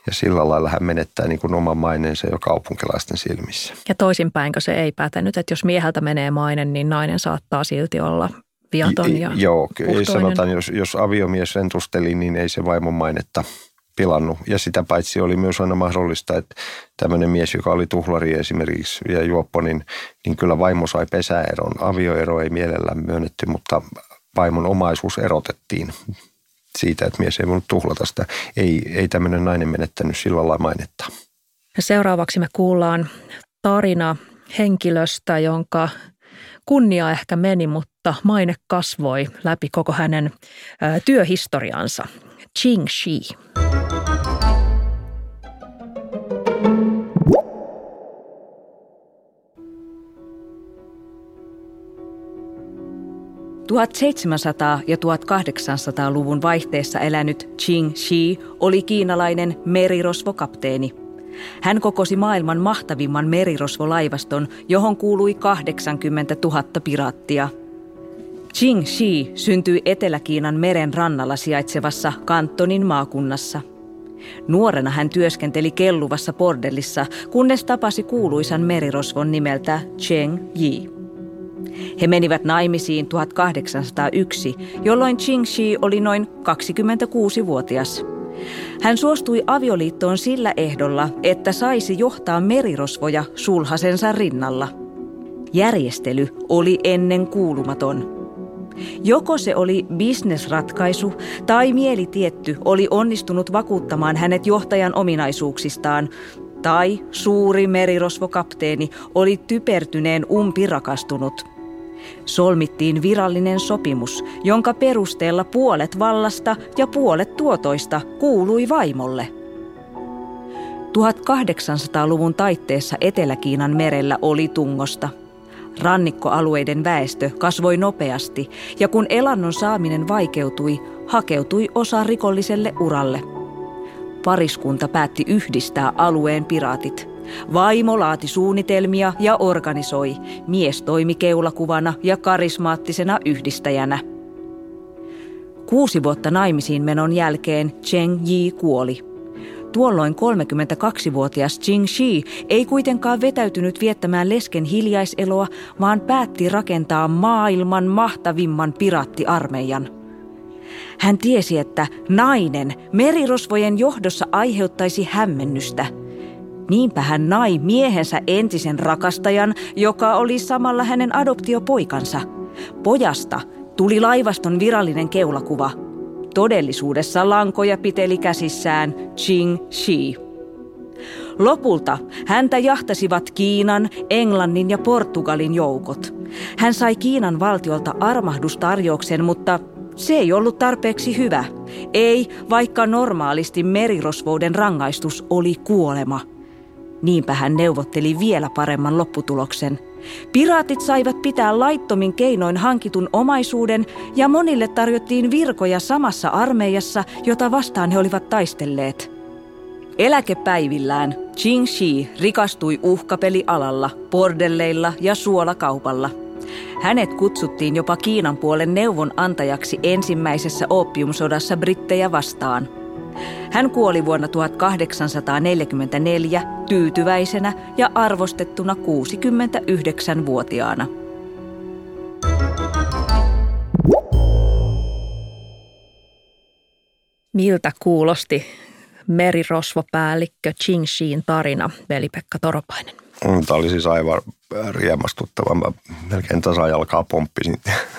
Speaker 3: Ja sillä lailla hän menettää niin kuin oman maineensa jo kaupunkilaisten silmissä.
Speaker 2: Ja toisinpäinkö se ei pätenyt, että jos mieheltä menee maine, niin nainen saattaa silti olla viaton ja
Speaker 3: Joo,
Speaker 2: puhtoinen.
Speaker 3: sanotaan, jos aviomies rentusteli, niin ei se vaimon mainetta pilannut. Ja sitä paitsi oli myös aina mahdollista, että tämmöinen mies, joka oli tuhlari esimerkiksi ja juoppo, niin kyllä vaimo sai pesäeron. Avioero ei mielellään myönnetty, mutta vaimon omaisuus erotettiin siitä, että mies ei voinut tuhlata sitä. Ei tämmöinen nainen menettänyt sillä lailla mainetta.
Speaker 2: Seuraavaksi me kuullaan tarina henkilöstä, jonka kunnia ehkä meni, mutta maine kasvoi läpi koko hänen työhistoriansa. Qing Shi.
Speaker 1: – 1700- ja 1800-luvun vaihteessa elänyt Qing Shi oli kiinalainen merirosvokapteeni. Hän kokosi maailman mahtavimman merirosvolaivaston, johon kuului 80 000 piraattia. Qing Shi syntyi Etelä-Kiinan meren rannalla sijaitsevassa Kantonin maakunnassa. Nuorena hän työskenteli kelluvassa bordellissa, kunnes tapasi kuuluisan merirosvon nimeltä Cheng Yi. He menivät naimisiin 1801, jolloin Qing Shi oli noin 26-vuotias. Hän suostui avioliittoon sillä ehdolla, että saisi johtaa merirosvoja sulhasensa rinnalla. Järjestely oli ennen kuulumaton. Joko se oli bisnesratkaisu tai mielitietty oli onnistunut vakuuttamaan hänet johtajan ominaisuuksistaan, tai suuri merirosvokapteeni oli typertyneen umpirakastunut. Solmittiin virallinen sopimus, jonka perusteella puolet vallasta ja puolet tuotoista kuului vaimolle. 1800-luvun taitteessa Etelä-Kiinan merellä oli tungosta. Rannikkoalueiden väestö kasvoi nopeasti ja kun elannon saaminen vaikeutui, hakeutui osa rikolliselle uralle. Pariskunta päätti yhdistää alueen piraatit. Vaimo laati suunnitelmia ja organisoi. Mies toimi keulakuvana ja karismaattisena yhdistäjänä. 6 vuotta naimisiin menon jälkeen Cheng Yi kuoli. Tuolloin 32-vuotias Qing Shi ei kuitenkaan vetäytynyt viettämään lesken hiljaiseloa, vaan päätti rakentaa maailman mahtavimman piraattiarmeijan. Hän tiesi, että nainen merirosvojen johdossa aiheuttaisi hämmennystä. Niinpä hän nai miehensä entisen rakastajan, joka oli samalla hänen adoptiopoikansa. Pojasta tuli laivaston virallinen keulakuva. Todellisuudessa lankoja piteli käsissään Qing Shi. Lopulta häntä jahtasivat Kiinan, Englannin ja Portugalin joukot. Hän sai Kiinan valtiolta armahdustarjouksen, mutta se ei ollut tarpeeksi hyvä. Ei, vaikka normaalisti merirosvouden rangaistus oli kuolema. Niinpä hän neuvotteli vielä paremman lopputuloksen. Piraatit saivat pitää laittomin keinoin hankitun omaisuuden ja monille tarjottiin virkoja samassa armeijassa, jota vastaan he olivat taistelleet. Eläkepäivillään Qing Shi rikastui uhkapelialalla, bordelleilla ja suolakaupalla. Hänet kutsuttiin jopa Kiinan puolen neuvonantajaksi ensimmäisessä oopiumsodassa brittejä vastaan. Hän kuoli vuonna 1844 tyytyväisenä ja arvostettuna 69-vuotiaana.
Speaker 2: Miltä kuulosti merirosvopäällikkö Qing Shin tarina, Veli-Pekka Toropainen?
Speaker 3: Tämä oli siis aivan riemastuttava. Mä melkein tasajalkaa pomppisin.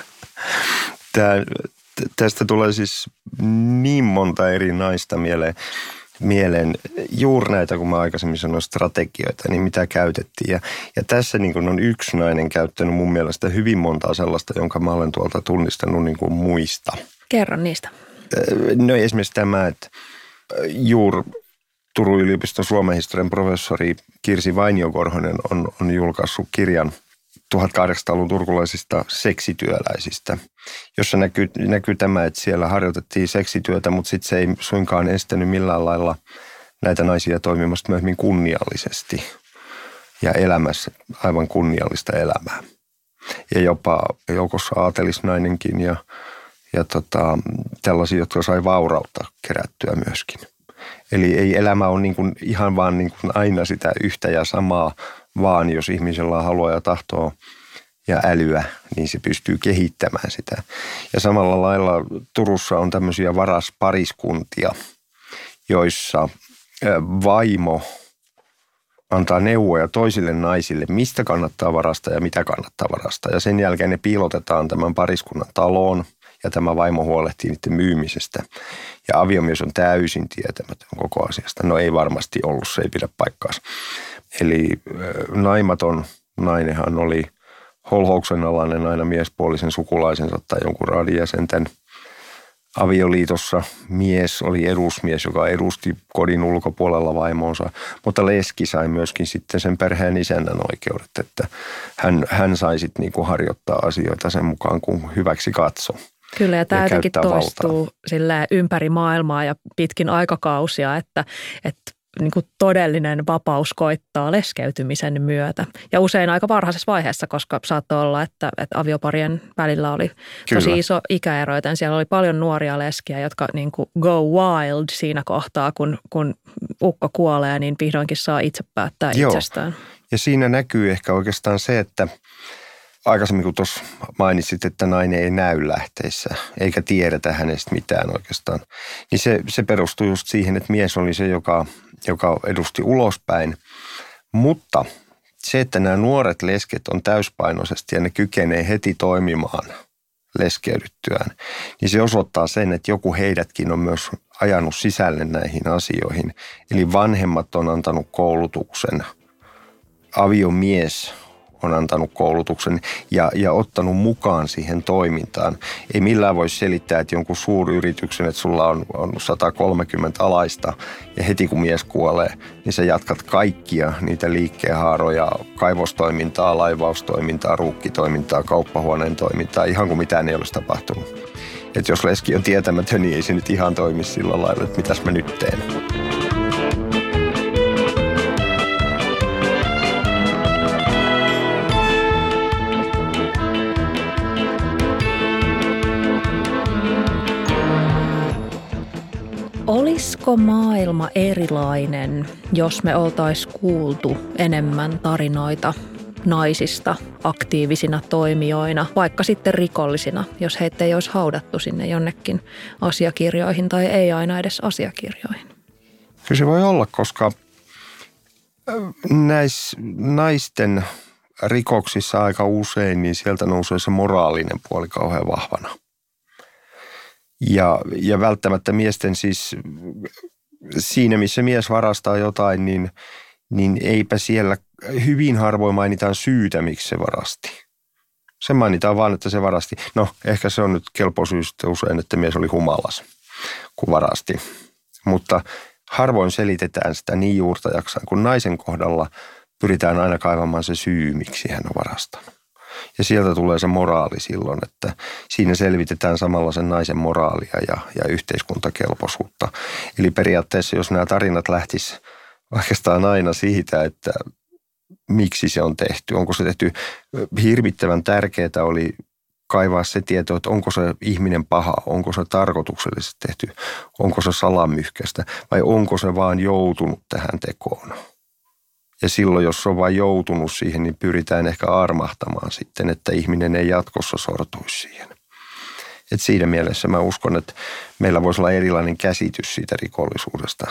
Speaker 3: Tästä tulee siis niin monta eri naista mieleen juuri näitä, kun mä aikaisemmin sanoin strategioita, niin mitä käytettiin. Ja tässä niin kuin on yksi nainen käyttänyt mun mielestä hyvin montaa sellaista, jonka mä olen tuolta tunnistanut niin kuin muista.
Speaker 2: Kerron niistä.
Speaker 3: No esimerkiksi tämä, että juuri Turun yliopiston Suomen historian professori Kirsi Vainio-Korhonen on julkaissut kirjan 1800-luvun turkulaisista seksityöläisistä, jossa näkyy tämä, että siellä harjoitettiin seksityötä, mutta sitten se ei suinkaan estänyt millään lailla näitä naisia toimimasta myöhemmin kunniallisesti ja elämässä aivan kunniallista elämää. Ja jopa joukossa aatelisnainenkin ja tällaisia, jotka sai vaurautta kerättyä myöskin. Eli ei elämä ole niin kuin ihan vaan niin kuin aina sitä yhtä ja samaa, vaan jos ihmisellä on halua ja tahtoa ja älyä, niin se pystyy kehittämään sitä. Ja samalla lailla Turussa on tämmöisiä varaspariskuntia, joissa vaimo antaa neuvoja toisille naisille, mistä kannattaa varastaa ja mitä kannattaa varastaa. Ja sen jälkeen ne piilotetaan tämän pariskunnan taloon ja tämä vaimo huolehtii niiden myymisestä. Ja aviomies on täysin tietämätön koko asiasta. No ei varmasti ollut, se ei pidä paikkaansa. Eli naimaton nainenhan oli holhouksen alainen aina miespuolisen sukulaisensa tai jonkun raadijäsenten avioliitossa. Mies oli edusmies, joka edusti kodin ulkopuolella vaimonsa, mutta leski sai myöskin sitten sen perheen isännän oikeudet, että hän sai sitten niinku harjoittaa asioita sen mukaan, kun hyväksi katsoi.
Speaker 2: Kyllä, ja tämä jotenkin toistuu ympäri maailmaa ja pitkin aikakausia, että niin kuin todellinen vapaus koittaa leskeytymisen myötä. Ja usein aika varhaisessa vaiheessa, koska saattoi olla, että avioparien välillä oli tosi iso ikäero, joten siellä oli paljon nuoria leskiä, jotka niin kuin go wild siinä kohtaa, kun ukko kuolee, niin vihdoinkin saa itse päättää itsestään.
Speaker 3: Ja siinä näkyy ehkä oikeastaan se, että aikaisemmin kun tuossa mainitsit, että nainen ei näy lähteissä eikä tiedetä hänestä mitään oikeastaan, niin se perustuu just siihen, että mies oli se, joka edusti ulospäin. Mutta se, että nämä nuoret lesket on täyspainoisesti ja ne kykenee heti toimimaan leskeydyttyään, niin se osoittaa sen, että joku heidätkin on myös ajanut sisälle näihin asioihin. Eli vanhemmat on antanut koulutuksen, aviomies on antanut koulutuksen ja ottanut mukaan siihen toimintaan. Ei millään voi selittää, että jonkun suuryrityksen, että sulla on 130 alaista ja heti kun mies kuolee, niin sä jatkat kaikkia niitä liikkeenhaaroja, kaivostoimintaa, laivaustoimintaa, ruukkitoimintaa, kauppahuoneen toimintaa, ihan kuin mitään ei olisi tapahtunut. Että jos leski on tietämätön, niin ei se nyt ihan toimi sillä lailla, että mitäs mä nyt teen.
Speaker 2: Olisiko maailma erilainen, jos me oltaisiin kuultu enemmän tarinoita naisista aktiivisina toimijoina, vaikka sitten rikollisina, jos heitä ei olisi haudattu sinne jonnekin asiakirjoihin tai ei aina edes asiakirjoihin?
Speaker 3: Kyllä se voi olla, koska näissä naisten rikoksissa aika usein, niin sieltä nousee se moraalinen puoli kauhean vahvana. Ja välttämättä miesten siis siinä, missä mies varastaa jotain, niin eipä siellä hyvin harvoin mainitaan syytä, miksi se varasti. Se mainitaan vaan, että se varasti. No, ehkä se on nyt kelpo syy usein, että mies oli humalas, kun varasti. Mutta harvoin selitetään sitä niin juurta jaksaan, kun naisen kohdalla pyritään aina kaivamaan se syy, miksi hän on varastanut. Ja sieltä tulee se moraali silloin, että siinä selvitetään samalla sen naisen moraalia ja yhteiskuntakelpoisuutta. Eli periaatteessa, jos nämä tarinat lähtis oikeastaan aina siitä, että miksi se on tehty. Onko se tehty, hirvittävän tärkeää oli kaivaa se tieto, että onko se ihminen paha, onko se tarkoituksellisesti tehty, onko se salamyhkäistä vai onko se vaan joutunut tähän tekoon. Ja silloin, jos on vain joutunut siihen, niin pyritään ehkä armahtamaan sitten, että ihminen ei jatkossa sortuisi siihen. Et siinä mielessä mä uskon, että meillä voisi olla erilainen käsitys siitä rikollisuudesta,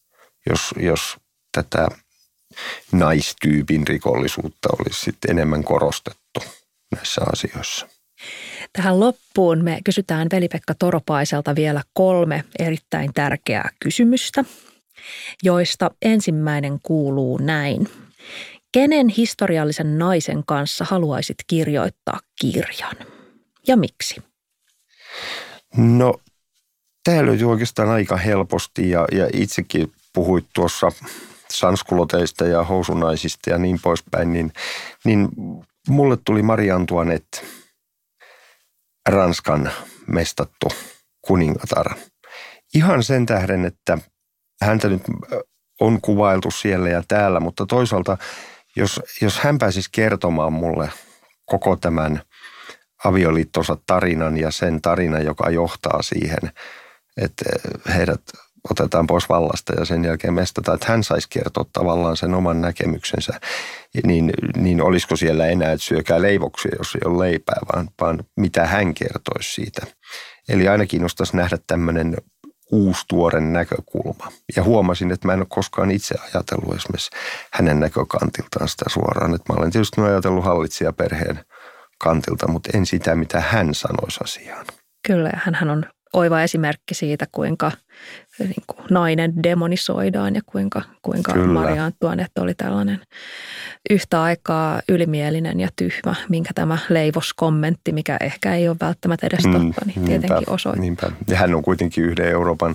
Speaker 3: jos tätä naistyypin rikollisuutta olisi sitten enemmän korostettu näissä asioissa.
Speaker 2: Tähän loppuun me kysytään Veli-Pekka Toropaiselta vielä 3 erittäin tärkeää kysymystä, joista ensimmäinen kuuluu näin. Kenen historiallisen naisen kanssa haluaisit kirjoittaa kirjan ja miksi?
Speaker 3: No, tämä löytyy oikeastaan aika helposti ja itsekin puhuit tuossa sanskuloteista ja housunaisista ja niin poispäin, niin mulle tuli Marie Antoinette, Ranskan mestattu kuningatar. Ihan sen tähden, että häntä nyt on kuvailtu siellä ja täällä, mutta toisaalta jos hän pääsisi kertomaan mulle koko tämän avioliittonsa tarinan ja sen tarinan, joka johtaa siihen, että heidät otetaan pois vallasta ja sen jälkeen mestataan, että hän saisi kertoa tavallaan sen oman näkemyksensä, niin olisiko siellä enää, että syökää leivoksia, jos ei ole leipää, vaan mitä hän kertoisi siitä. Eli aina kiinnostaisi nähdä tämmöinen uusi tuore näkökulma. Ja huomasin, että mä en ole koskaan itse ajatellut esimerkiksi hänen näkökantiltaan sitä suoraan. Että mä olen tietysti ajatellut hallitsijaperheen kantilta, mutta en sitä, mitä hän sanoisi asiaan.
Speaker 2: Kyllä, ja hänhän on oiva esimerkki siitä, kuinka niin kuin nainen demonisoidaan ja kuinka Marie Antoinette oli tällainen yhtä aikaa ylimielinen ja tyhmä, minkä tämä leivoskommentti, mikä ehkä ei ole välttämättä edes totta, niin tietenkin osoittaa. Niinpä.
Speaker 3: Ja hän on kuitenkin yhden Euroopan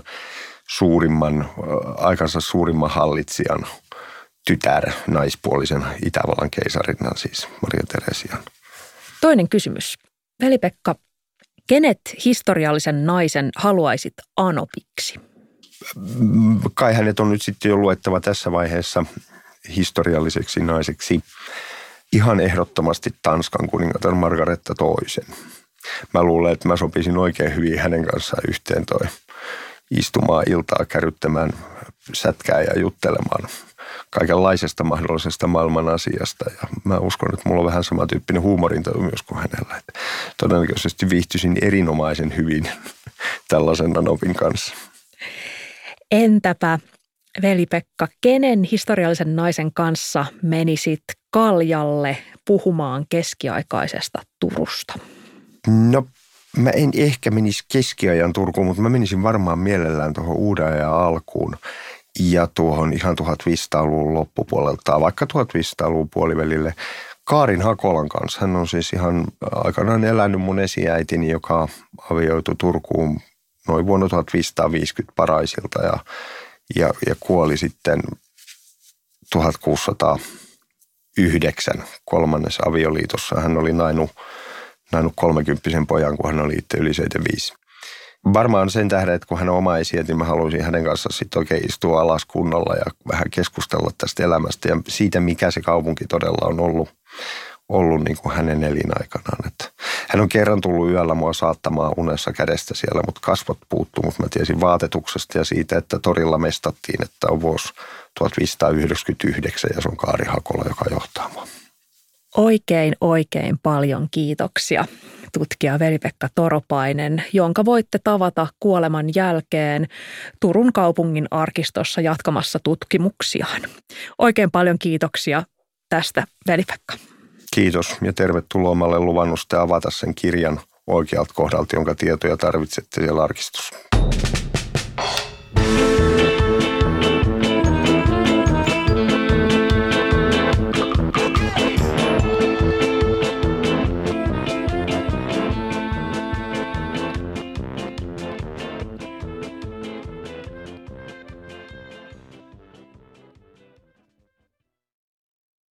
Speaker 3: aikansa suurimman hallitsijan tytär, naispuolisen Itävallan keisarinnan, siis Maria Teresian.
Speaker 2: Toinen kysymys. Veli-Pekka, kenet historiallisen naisen haluaisit anopiksi?
Speaker 3: Kai hänet on nyt sitten jo luettava tässä vaiheessa historialliseksi naiseksi. Ihan ehdottomasti Tanskan kuningatar Margaretta toisen. Mä luulen, että mä sopisin oikein hyvin hänen kanssaan yhteen istumaan iltaa, kärryttämään sätkää ja juttelemaan kaikenlaisesta mahdollisesta maailman asiasta. Ja mä uskon, että mulla on vähän samantyyppinen huumorintaju myös kuin hänellä. Että todennäköisesti viihtyisin erinomaisen hyvin tällaisen anopin kanssa.
Speaker 2: Entäpä Veli-Pekka, kenen historiallisen naisen kanssa menisit kaljalle puhumaan keskiaikaisesta Turusta?
Speaker 3: No, mä en ehkä menisi keskiajan Turkuun, mutta mä menisin varmaan mielellään tuohon uuden ajan alkuun ja tuohon ihan 1500-luvun loppupuolelta, vaikka 1500-luvun puolivälille. Kaarin Hakolan kanssa. Hän on siis ihan aikanaan elänyt mun esiäitini, joka avioitui Turkuun noin vuonna 1550 Paraisilta ja kuoli sitten 1609 kolmannes avioliitossa. Hän oli nainut 30 pojan, kun hän oli itse yli 75. Varmaan sen tähden, että kun hän on oma esiäiti, mä haluaisin hänen kanssaan sitten oikein istua alas kunnolla ja vähän keskustella tästä elämästä ja siitä, mikä se kaupunki todella on ollut niin kuin hänen elinaikanaan. Että hän on kerran tullut yöllä mua saattamaan unessa kädestä siellä, mutta kasvot puuttuu, mutta mä tiesin vaatetuksesta ja siitä, että torilla mestattiin, että on vuosi 1599 ja se on Kaari Hakola, joka johtaa mua.
Speaker 2: Oikein paljon kiitoksia, tutkija Veli-Pekka Toropainen, jonka voitte tavata kuoleman jälkeen Turun kaupungin arkistossa jatkamassa tutkimuksiaan. Oikein paljon kiitoksia tästä, Veli-Pekka.
Speaker 3: Kiitos ja tervetuloa. Mä olen luvannut avata sen kirjan oikealta kohdalta, jonka tietoja tarvitsette siellä arkistossa.